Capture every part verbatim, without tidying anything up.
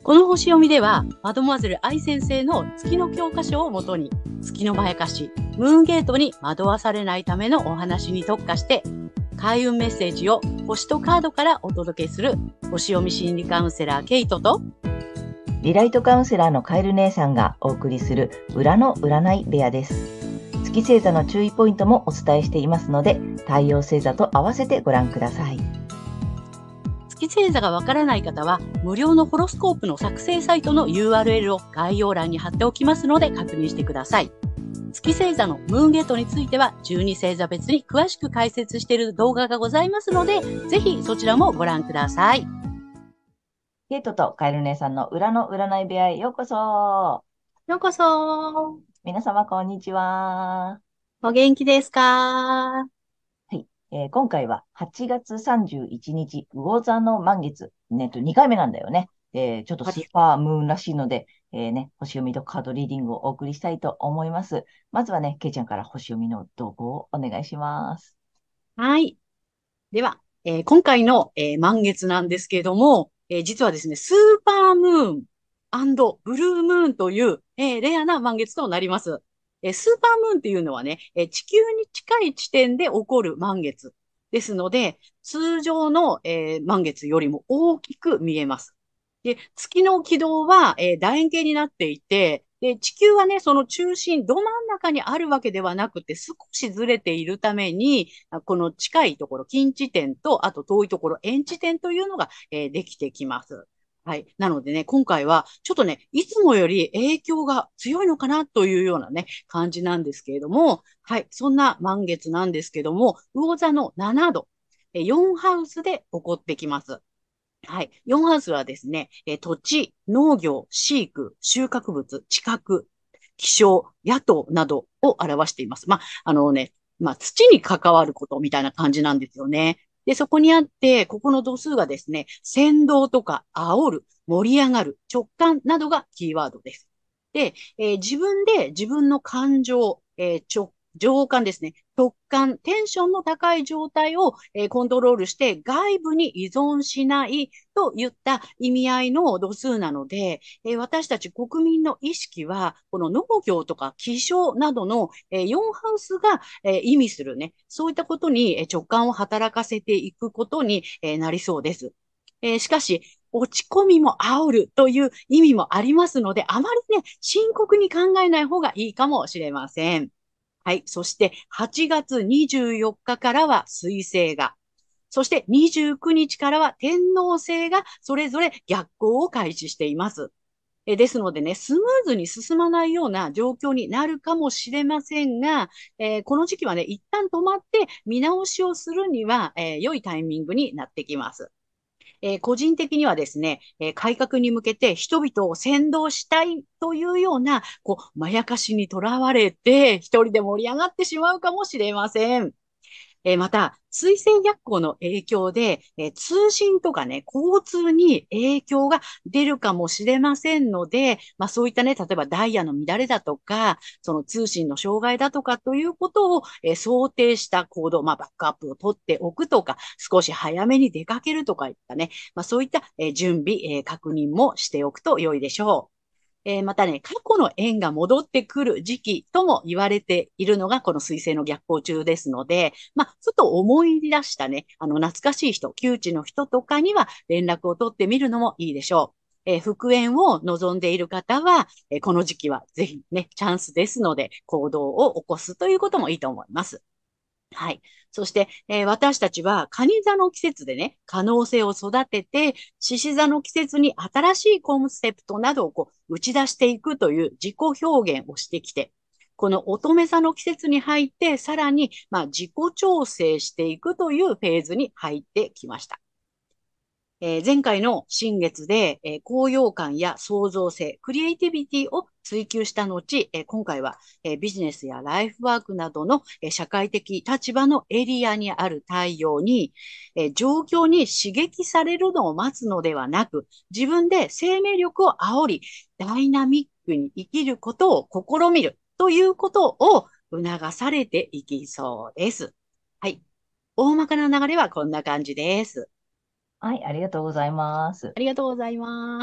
この星読みでは、マドモアゼル愛先生の月の教科書をもとに、月のまやかし、ムーンゲートに惑わされないためのお話に特化して、開運メッセージを星とカードからお届けする星読み心理カウンセラーケイトと、 リライトカウンセラーのカエル姉さんがお送りする裏の占い部屋です。月星座の注意ポイントもお伝えしていますので、太陽星座と合わせてご覧ください。 月星座がわからない方は、無料のホロスコープの作成サイトの ユーアールエル を概要欄に貼っておきますので確認してください。月星座のムーンゲートについては、じゅうに星座別に詳しく解説している動画がございますので、ぜひそちらもご覧ください。 ケイトとカエル姉さんの裏の占い部屋へようこそ。 ようこそ。 皆様こんにちは。 お元気ですか？ はい、えー今回ははちがつさんじゅういちにち、魚座の満月、ね、とにかいめなんだよね。えーちょっとスーパームーンらしいので、えーね、星読みとカードリーディングをお送りしたいと思います。まずはね、ケイちゃんから星読みの動向をお願いします。 はい。では、えー今回の、えー満月なんですけれども、えー実はですね、スーパームーンブルームーンという、えーレアな満月となります。えースーパームーンっていうのはね、えー地球に近い地点で起こる満月ですので、通常の、えー満月よりも大きく見えます。で、月の軌道は、えー楕円形になっていて、で、地球はね、その中心、ど真ん中にあるわけではなくて、少しずれているために、あこの近いところ、近地点と、あと遠いところ、遠地点というのが、えーできてきます。はい。なのでね、今回は、ちょっとね、いつもより影響が強いのかなというようなね、感じなんですけれども、はい。そんな満月なんですけども、魚座のななど、えーよんハウスで起こってきます。はい。よんハウスはですね、えー土地、農業、飼育、収穫物、地殻、気象、野党などを表しています。まあ、あのね、まあ、土に関わることみたいな感じなんですよね。で、そこにあって、ここの度数がですね、先導とか煽る、盛り上がる、直感などがキーワードです。で、えー自分で自分の感情、えー直情感ですね。直感、テンションの高い状態を、えーコントロールして外部に依存しないといった意味合いの度数なので、えー私たち国民の意識は、この農業とか気象などの、えー、よんハウスが、えー意味するね、そういったことにえー直感を働かせていくことに、えーなりそうです。えーしかし、落ち込みも煽るという意味もありますので、あまりね、深刻に考えない方がいいかもしれません。はい。そして、はちがつにじゅうよっかかからは水星が、そしてにじゅうくにちからは天王星がそれぞれ逆行を開始しています。えですのでね、スムーズに進まないような状況になるかもしれませんが、えーこの時期はね、一旦止まって見直しをするには、えー良いタイミングになってきます。えー個人的にはですね、えー改革に向けて人々を先導したいというような、こう、まやかしにとらわれて、一人で盛り上がってしまうかもしれません。えーまた、水星逆行の影響で、えー通信とかね、交通に影響が出るかもしれませんので、まあそういったね、例えばダイヤの乱れだとか、その通信の障害だとかということを、えー想定した行動、まあバックアップを取っておくとか、少し早めに出かけるとかいったね、まあそういった、えー準備、えー確認もしておくと良いでしょう。えーまたね、過去の縁が戻ってくる時期とも言われているのがこの水星の逆行中ですので、まあ、ふと思い出したね、あの、懐かしい人、窮地の人とかには連絡を取ってみるのもいいでしょう。えー復縁を望んでいる方は、えーこの時期はぜひね、チャンスですので行動を起こすということもいいと思います。はい。そして、えー私たちは、蟹座の季節でね、可能性を育てて、獅子座の季節に新しいコンセプトなどをこう打ち出していくという自己表現をしてきて、この乙女座の季節に入って、さらに、まあ、自己調整していくというフェーズに入ってきました。えー前回の新月で、えー高揚感や創造性、クリエイティビティを追求した後、えー今回は、えービジネスやライフワークなどの、えー社会的立場のエリアにある太陽に、えー状況に刺激されるのを待つのではなく、自分で生命力を煽り、ダイナミックに生きることを試みるということを促されていきそうです。はい。大まかな流れはこんな感じです。 はい、ありがとうございます。 ありがとうございます。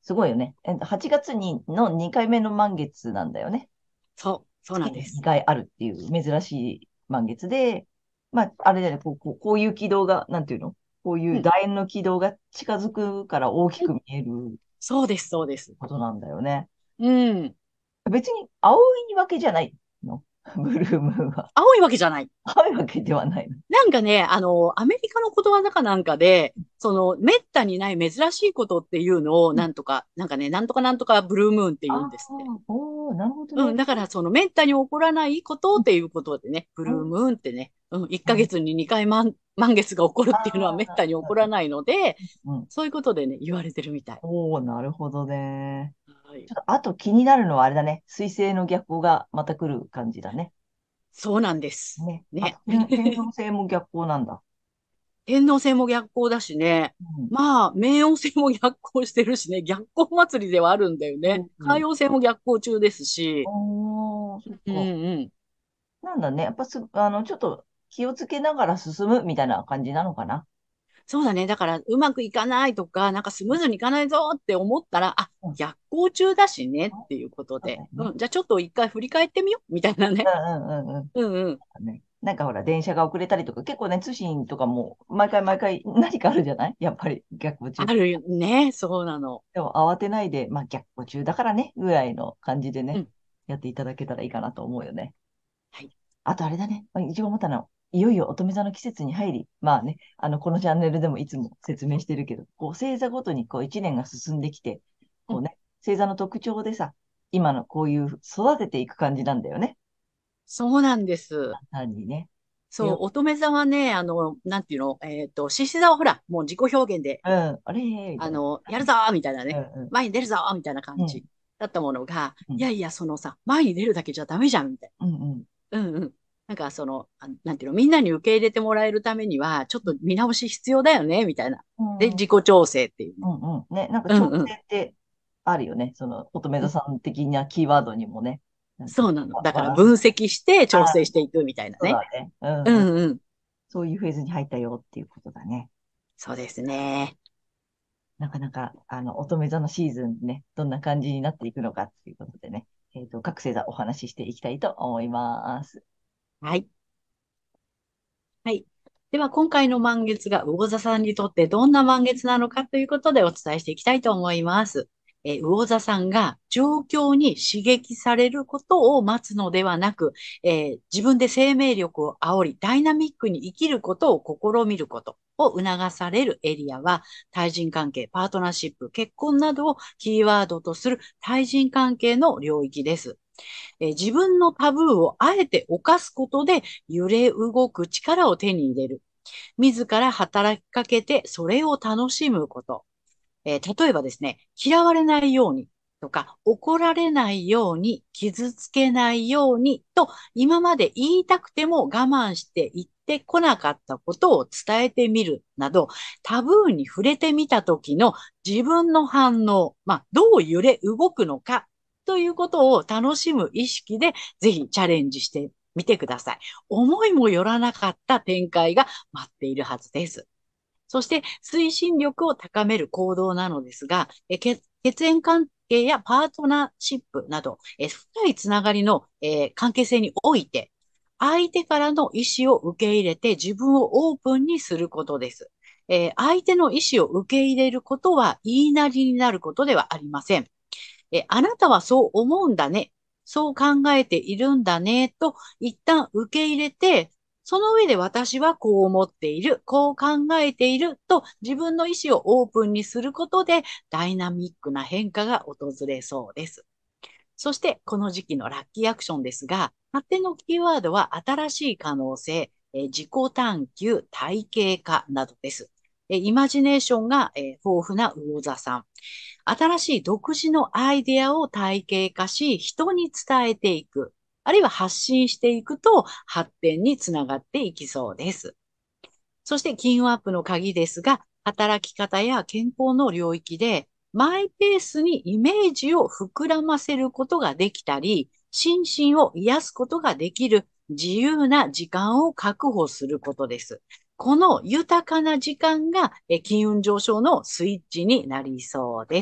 すごいよね。えっと、はちがつにのにかいめの満月なんだよね。 そう、そうな月にんです。 にかいあるっていう珍しい満月で、まあ、あれだよね、こう、こう、こういう軌道が、なんていうのこういううん。 楕円の軌道が近づくから大きうん、 く見えるそうです、そうです。 ことなんだよね。 うん。 別に青いわけじゃないのブルームーンは。 青いわけじゃない。 青いわけではないの。 なんかね、あの、アメリカのことわざかなんかで、その、めったにない珍しいことっていうのを、 うん。 なんとか、なんかね、なんとかなんとかブルームーンって言うんあですって。 あ、おー、なるほどうん、 ね。 だからそのめったに起こらないことっていうことでね、ブルーうんムーンってね、うん、1ヶうん月ににかい満、満月が起こるあっていうのはめったに起こらあ、 ないので、 うん。 そういうことでね、言われてるみたい。 おお、なるほどね。 はい。 ちょっと、あと気になるのはあれだね。水星の逆行がまた来る感じだね。 そうなんです。 ね。あね。 と、天天王星も逆行なんだ。 天王星も逆行だしね。 うん。 まあ、冥王星も逆行してるしね、逆行祭りではあるんだよね。 うんうん。 海王星も逆行中ですし。 おー、そっうんか。 うん。 なんだね。やっぱす、あの、ちょっと気をつけながら進むみたいな感じなのかな。 そうだね。だから、うまくいかないとか、なんかスムーズにいかないぞって思ったら、あ、 うん。 逆行中だしねっていうことで。 そうだよね。 うん、じゃあちょっと一回振り返ってみようみたいなね。 うんうんうんうん。 うんうん。 ね。なんかほら、電車が遅れたりとか、結構ね、通信とかも、毎回毎回何かあるじゃないやっぱり逆行中。 あるよね。そうなの。 でも慌てないで、まあ逆行中だからね、ぐらいの感じでね、 うん。 やっていただけたらいいかなと思うよね。 はい。 あとあれだね、まあ一応思ったのは、いよいよ乙女座の季節に入り、まあね、あの、このチャンネルでもいつも説明してるけど、こう、星座ごとにこう一年が進んできて、 うん。 こうね、星座の特徴でさ、今のこういう育てていく感じなんだよね。 そうなんです。 単にね。で、 そう、乙女座はね、あの、なんていうの、えっと、獅子座はほら、もう自己表現で、 うん、あれみたいな。 あの、やるぞーみたいなね、 うん、 前に出るぞーみたいな感うん、うじん、 だったものが、 うん、 いやいや、そのさ、前に出るだけじゃダメじゃん、みたいうん、うん、 な。うんうん。なんかその、あなんていうの、みんなに受け入れてもらえるためには、ちょっと見直し必要だよね、みたいな。で、 うん、うん、 自己調整っていうね。 うん。ね、なんか調うんうん。 整ってあるよね。その乙女座うん、 さん的なキーワードにもね。なんか、 そうなの。 わバランス。 だから分析して調整ああ、 していくみたいなね。 そうだね。うんうん。 うんうん。 そういうフェーズに入ったよっていうことだね。 そうですね。 なかなか、あの、乙女座のシーズンね、どんな感じになっていくのかっていうことでね、えっと、各星座お話ししていきたいと思います。 はい。はい。では、今回の満月が魚座さんにとってどんな満月なのかということでお伝えしていきたいと思います。えー魚座さんが状況に刺激されることを待つのではなく、えー自分で生命力を煽り、ダイナミックに生きることを試みることを促されるエリアは、対人関係、パートナーシップ、結婚などをキーワードとする対人関係の領域です。えー自分のタブーをあえて犯すことで揺れ動く力を手に入れる。自ら働きかけてそれを楽しむこと。えー例えばですね、嫌われないようにとか、怒られないように、傷つけないようにと、今まで言いたくても我慢して言ってこなかったことを伝えてみるなど、タブーに触れてみた時の自分の反応、まあ、どう揺れ動くのかということを楽しむ意識で、ぜひチャレンジしてみてください。思いもよらなかった展開が待っているはずです。そして推進力を高める行動なのですが、え血血縁関係やパートナーシップなど、え深いつながりの、えー関係性において、相手からの意思を受け入れて自分をオープンにすることです。えー相手の意思を受け入れることは言いなりになることではありません。え、あなたはそう思うんだね。そう考えているんだね。と、一旦受け入れて、その上で私はこう思っている、こう考えていると自分の意思をオープンにすることでダイナミックな変化が訪れそうです。そしてこの時期のラッキーアクションですが、発展のキーワードは新しい可能性、えー自己探求、体系化などです。えーイマジネーションが、えー豊富な魚座さん。新しい独自のアイデアを体系化し、人に伝えていく、あるいは発信していくと発展につながっていきそうです。そして金運アップの鍵ですが、働き方や健康の領域でマイペースにイメージを膨らませることができたり、心身を癒すことができる自由な時間を確保することです。この豊かな時間がえ金運上昇のスイッチになりそうです。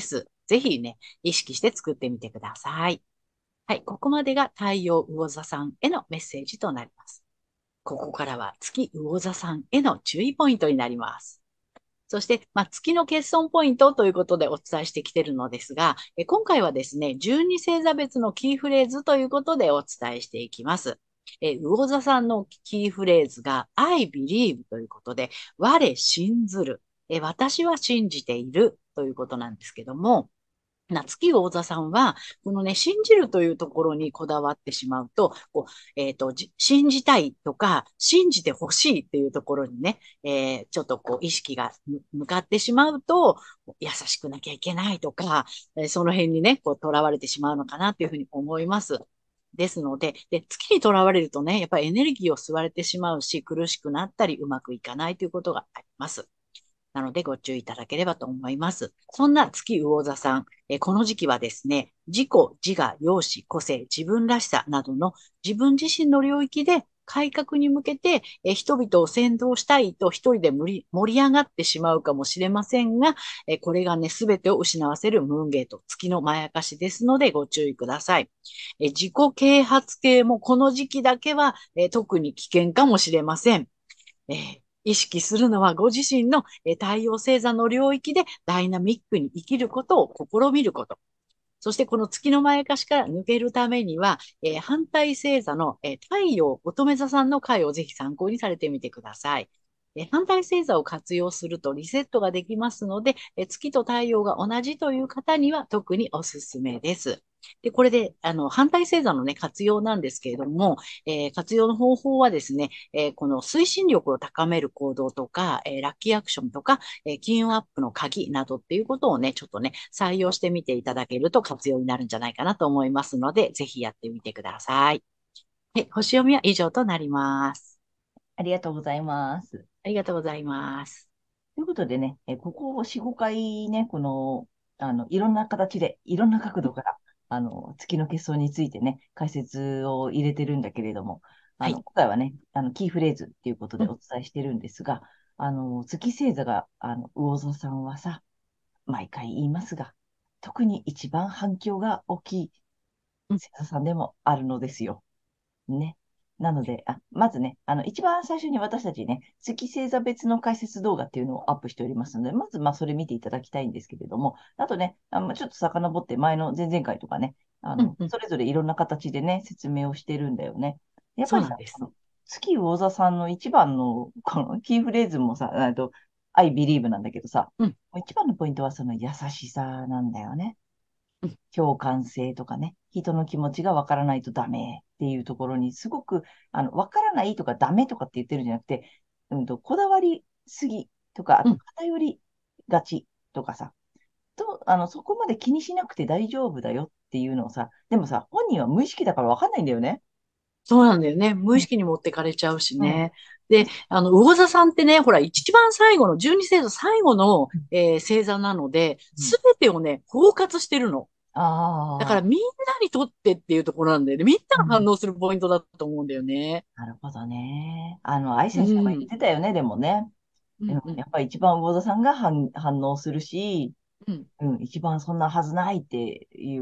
ぜひね、意識して作ってみてください。はい、ここまでが太陽魚座さんへのメッセージとなります。ここからは月魚座さんへの注意ポイントになります。そして、まあ、月の欠損ポイントということでお伝えしてきているのですが、え今回はですね、じゅうに星座別のキーフレーズということでお伝えしていきます。え魚座さんのキーフレーズが I believe ということで、我信ずる、え私は信じているということなんですけども、夏木魚座さんは、このね、信じるというところにこだわってしまうと、こう、えっと、じ信じたいとか、信じてほしいっていうところにね、えーちょっとこう、意識がむ向かってしまうと、優しくなきゃいけないとか、えーその辺にね、こう、囚われてしまうのかなっていうふうに思います。ですので、で、月に囚われるとね、やっぱりエネルギーを吸われてしまうし、苦しくなったり、うまくいかないということがあります。なのでご注意いただければと思います。そんな月魚座さん、えこの時期はですね、自己、自我、容姿、個性、自分らしさなどの自分自身の領域で改革に向けて、え人々を先導したいと一人で盛り盛り上がってしまうかもしれませんが、えこれがね、すべてを失わせるムーンゲート、月のまやかしですのでご注意ください。え自己啓発系もこの時期だけは、え特に危険かもしれません。えー意識するのはご自身の、えー太陽星座の領域でダイナミックに生きることを試みること。そしてこの月のまやかしから抜けるためには、えー反対星座の、えー太陽乙女座さんの回をぜひ参考にされてみてください。えー反対星座を活用するとリセットができますので、えー月と太陽が同じという方には特におすすめです。で、これで、あの、反対星座のね、活用なんですけれども、えー活用の方法はですね、えーこの推進力を高める行動とか、えーラッキーアクションとか、えー金運アップの鍵などっていうことをね、ちょっとね、採用してみていただけると活用になるんじゃないかなと思いますので、ぜひやってみてください。はい、星読みは以上となります。 ありがとうございます。 ありがとうございます。 ということでね、えここよん、ごかいね、この、あの、いろんな形で、いろんな角度から、あの、月の結晶についてね、解説を入れてるんだけれども、あの、 はい。 今回はね、あの、キーフレーズっていうことうん、 でお伝えしてるんですが、あの、月星座が、あの、魚座さんはさ、毎回言いますが、特に一番反響が大きいうん、 星座さんでもあるのですよ。ね。なので、あ、まずね、あの、一番最初に私たちね、月星座別の解説動画っていうのをアップしておりますので、まず、まあ、それ見ていただきたいんですけれども、あとね、あのちょっと遡って前の前々回とかね、あうん、 の、 うん。 それぞれいろんな形でね、説明をしてるんだよね。やっぱりさ、 そうなんです。 この月魚座さんの一番の、このキーフレーズもさ、えっと、I believe なんだけどさ、 うん、 一番のポイントはその優しさなんだよね。 うん、 共感性とかね、人の気持ちがわからないとダメっていうところに、すごく、あの、わからないとかダメとかって言ってるんじゃなくて、うんと、こだわりすぎとか、あとうん。 偏りがちとかさ、と、あの、そこまで気にしなくて大丈夫だよっていうのをさ、でもさ、本人は無意識だからわかんないんだよね。 そうなんだよね。無うん、 意識に持ってかれちゃうしうん。 ね。で、あの、魚座さんってね、ほら、一番最後の、十二星座最後の、 うん、 えー星座なので、 うん。 すべてをね、包括してるの。だかああ、 らみんなにとってっていうところなんだよね。みんなうん。 が反応するポイントだと思うんだよね。 なるほどね。あの、愛う先生も言っん。 てたよね、でもね。 うん、 うん、 うん、 やっぱり一番魚座さんが反、反応するし、 うん、 うん、一番そんなはずないっていう、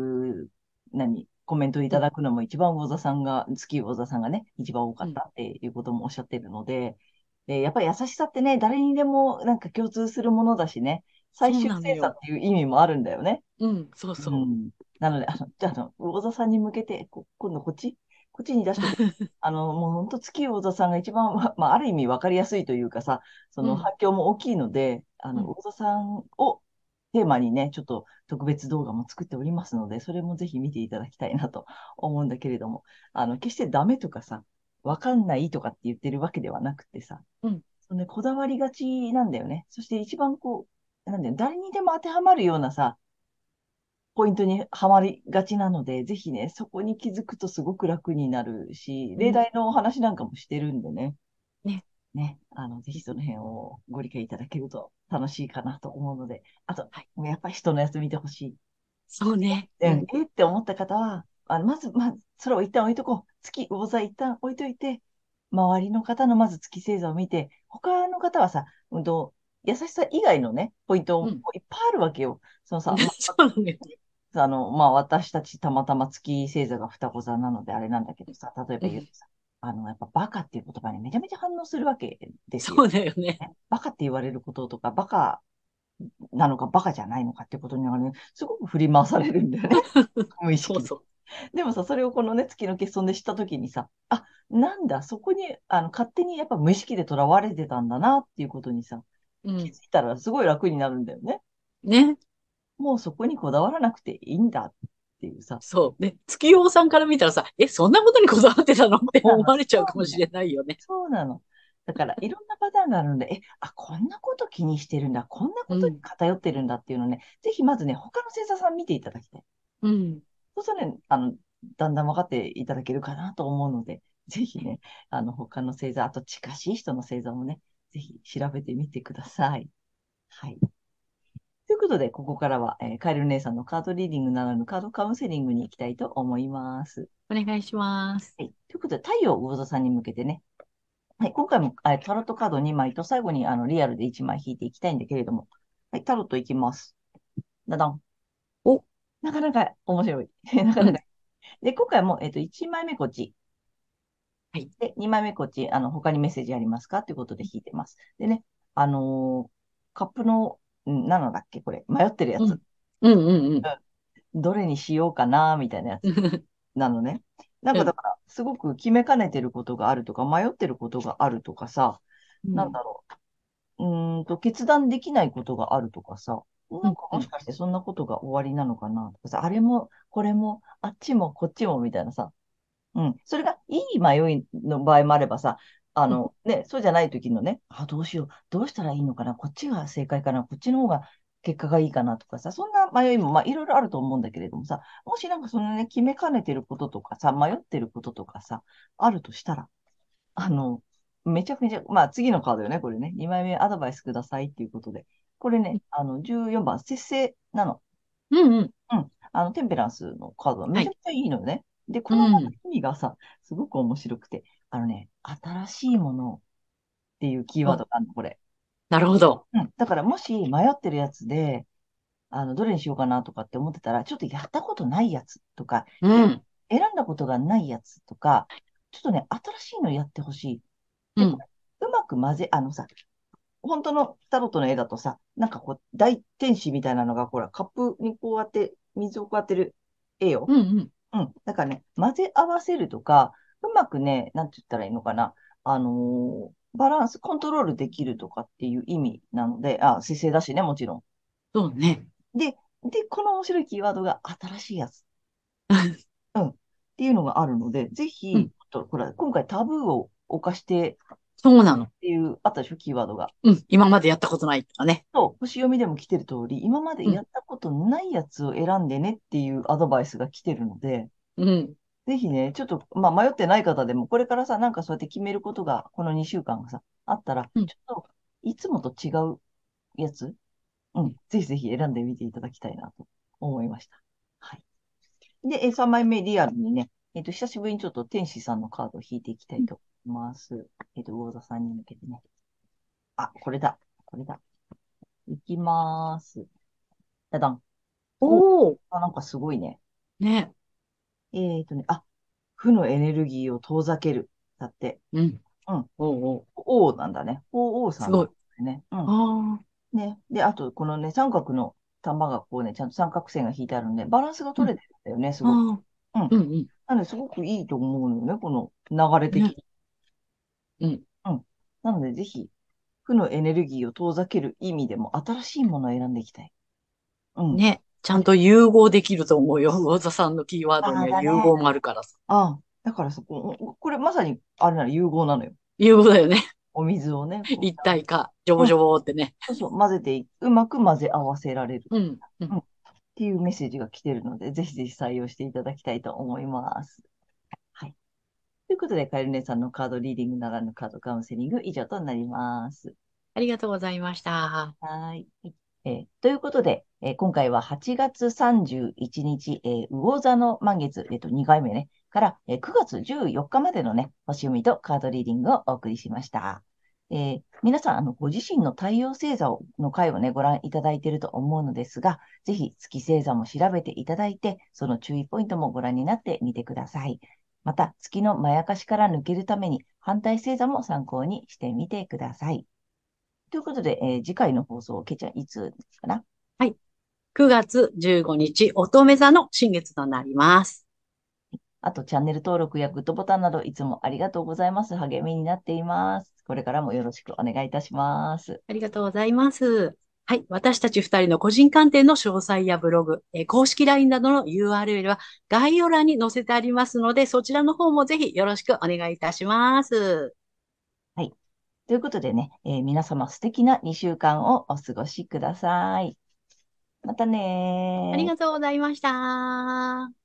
何、コメントいうん、 ただくのも一番魚座さんが、月魚座さんがね、一番多かうん。 ったっていうこともおっしゃってるので、で、やっぱり優しさってね、誰にでもなんか共通するものだしね、最そう終なのよ。 精査っていう意味もあるんだよね。 うん、そうそうん。なので、あの、じゃあ、あの、魚座さんに向けて、こ今度こっちこっちに出しとこう。 う。 あの、もう本当月魚座さんが一番、ままあ、ある意味わかりやすいというかさ、そうん、 の反響も大きいので、あの、 うん。 魚座さんをテーマにね、ちょっと特別動画も作っておりますので、それもぜひ見ていただきたいなと思うんだけれども、あの、決してダメとかさ、わかんないとかって言ってるわけではなくてさ、 うん。 そのね、こだわりがちなんだよね。そして一番こう、なんだよ、誰にでも当てはまるようなさ、ポイントにはまりがちなので、ぜひね、そこに気づくとすごく楽になるし、例うん。 題のお話なんかもしてるんでね、 ね。 ね、あの、ぜひその辺をご理解いただけると楽しいかなと思うので、あと、 はい。 もうやっぱり人のやつ見てほしい。 そうね。 うん、 うん。 えって思った方は、あのまず、まず、それを一旦置いとこう。月、魚座一旦置いといて、周りの方のまず月星座を見て、他の方はさ、うんと、 優しさ以外のね、ポイントもうん。 いっぱいあるわけよ。そのさ、まそうなんですね。 あ、あの、まあ、私たちたまたま月星座が双子座なのであれなんだけどさ、例えうん。 ば言うとさ、あの、やっぱバカっていう言葉にめちゃめちゃ反応するわけですよ。 そうだよね。 ね、バカって言われることとか、バカなのかバカじゃないのかっていうことにはね、すごく振り回されるんだよね。無意識で。 そうそでもさ、それをこのね、月の欠損で知ったときにさ、あ、なんだ、そこに、あの、勝手にやっぱ無意識で囚われてたんだなっていうことにさ、 う。う気づん。 いたらすごい楽になるんだよね。 ね。 もうそこにこだわらなくていいんだっていうさ。 そう。で、月夜さんから見たらさ、え、そんなことにこだわってたのってそうなの、 思われちゃうそうなの。 かもしれないよね。 そうなの。だから、いろんなパターンがあるんで、え、あ、こんなこと気にしてるんだ、こんなことにうん。 偏ってるんだっていうのをね、ぜひまずね、他の星座さん見ていただきたい。 うん。 そうするとね、あの、だんだん分かっていただけるかなと思うので、ぜひね、あの、他の星座、あと近しい人の星座もね、ぜひ調べてみてください。はい。ということで、ここからは、えーカエル姉さんのカードリーディングならぬカードカウンセリングに行きたいと思います。 お願いします。 はい。ということで、太陽魚座さんに向けてね、はい、今回も、えータロットカードにまいと最後にあのリアルでいちまい引いていきたいんだけれども、はい、タロットいきます。だだん。 お、 なかなか面白い。なかなか。 うん。 で、今回も、えっと、いちまいめこっち。 はい。 で、にまいめこっち、あの、他にメッセージありますかということで引いてます。でね、あのーカップの、ん何のだっけこれ。迷ってるやつ。 うん。うんうんうん。 どれにしようかなみたいなやつなのね。なんうん。 かだから、すごく決めかねてることがあるとか、迷ってることがあるとかさ、 うん。 なんだろう。うーんと、決断できないことがあるとかさ、 うん。 なんかうん。 もしかしてそんなことが終わりなのかなとかさ、あれも、これも、あっちも、こっちもみたいなさ、うん。それがいい迷いの場合もあればさ、あうん。 の、ね、そうじゃない時のね、あ、どうしよう、どうしたらいいのかな、こっちが正解かな、こっちの方が結果がいいかなとかさ、そんな迷いも、まあ、いろいろあると思うんだけれどもさ、もしなんかそのね、決めかねてることとかさ、迷ってることとかさ、あるとしたら、あの、めちゃくちゃ、まあ次のカードよね、これね。にまいめアドバイスくださいっていうことで。これね、あの、じゅうよんばん、節制なの。 うんうん。 うん。あの、テンペランスのカードはめはい。 ちゃくちゃいいのよね。で、こうのん。 意味がさ、すごく面白くて、あのね、新しいものっていうキーワーお、 ドがあるの、これ。 なるほど。 うん。だからもし迷ってるやつで、あの、どれにしようかなとかって思ってたら、ちょっとやったことないやつとか、えうん。 選んだことがないやつとか、ちょっとね、新しいのやってほしい。で、こうん。 れ、うまく混ぜ、あのさ、本当のタロットの絵だとさ、なんかこう、大天使みたいなのが、ほら、カップにこうやって、水をこうやってる絵よ。 うんうん。 うん。だからね、混ぜ合わせるとか、うまくね、なんて言ったらいいのかな。あのーバランス、コントロールできるとかっていう意味なので、あ、姿勢だしね、もちろそうね。 ん。で、で、この面白いキーワードが新しいやつ。うん。っていうのがあるので、ぜひ、 うん。 ちょっと、これ、今回タブーを犯してっそうなの。 ていう、あったでしょ、キーワードが。 うん。今までやったことないとかね。 そう、星読みでも来てる通り、今までうん。 やったことないやつを選んでねっていうアドバイスが来てるので、 うん。 ぜひね、ちょっと、まあ、迷ってない方でも、これからさ、なんかそうやって決めることが、このにしゅうかんがさ、あったら、 うん。 ちょっと、いつもと違うやつ、うん、ぜひぜひ選んでみていただきたいなと思いました。はい。で、えさんまいめリアルにね、えっと、久しぶりにちょっと天使さんのカードを引いていきたいと思います。えっと、魚座さんに向けてね。あ、これだ。これだ。いきまーす。ダダン。お、 おお。 あ、なんかすごいね。 ね。 えっとね、あ、負のエネルギーを遠ざける。だって。 うん。 うん。 おうおう。 王なんだね。お王さんなんすごい。 だね。うあん。 あ。 ね。で、あと、このね、三角の玉がこうね、ちゃんと三角線が引いてあるんで、バランスがうん。 取れてるんだよね、すごく。 ああ。 うん。 うんうん。 なので、すごくいいと思うのよね、この流れ的ね。 に。 うん。 うん。なので、ぜひ、負のエネルギーを遠ざける意味でも、新しいものを選んでいきたい。うん。 ね。ちゃんと融合できると思うよ。魚座さんのキーワードああ、 にはだね。 融合もあるからさ。 ああ。だからそこ、これまさに、あれなの、融合なのよ。 融合だよね。 お水をね、こ一体化。ジョう。うん。 ボジョボってね。 そうそう、混ぜていく、うまく混ぜ合わせられる。 うん。うん。 うん。っていうメッセージが来てるので、ぜひぜひ採用していただきたいと思います。はい。ということで、カエル姉さんのカードリーディングならぬカードカウンセリング以上となります。 ありがとうございました。 はい。えーということで、えー今回ははちがつさんじゅういちにち、えー魚座の満月、えっと、にかいめね、から、えーくがつじゅうよっかまでのね、星読みとカードリーディングをお送りしました。 えー皆さん、あの、ご自身の太陽星座をの回をね、ご覧いただいていると思うのですが、ぜひ月星座も調べていただいて、その注意ポイントもご覧になってみてください。また、月のまやかしから抜けるために、反対星座も参考にしてみてください。ということで、えー次回の放送、けいちゃん、いつかな？ はい。くがつじゅうごにち、乙女座の新月となります。 あと、チャンネル登録やグッドボタンなど、いつもありがとうございます。励みになっています。これからもよろしくお願いいたします。 ありがとうございます。はい。私たち二人の個人鑑定の詳細やブログ、えー公式 ライン などの ユーアールエル は概要欄に載せてありますので、そちらの方もぜひよろしくお願いいたします。 はい。ということでね、えー皆様素敵なにしゅうかんをお過ごしください。またねー。 ありがとうございました。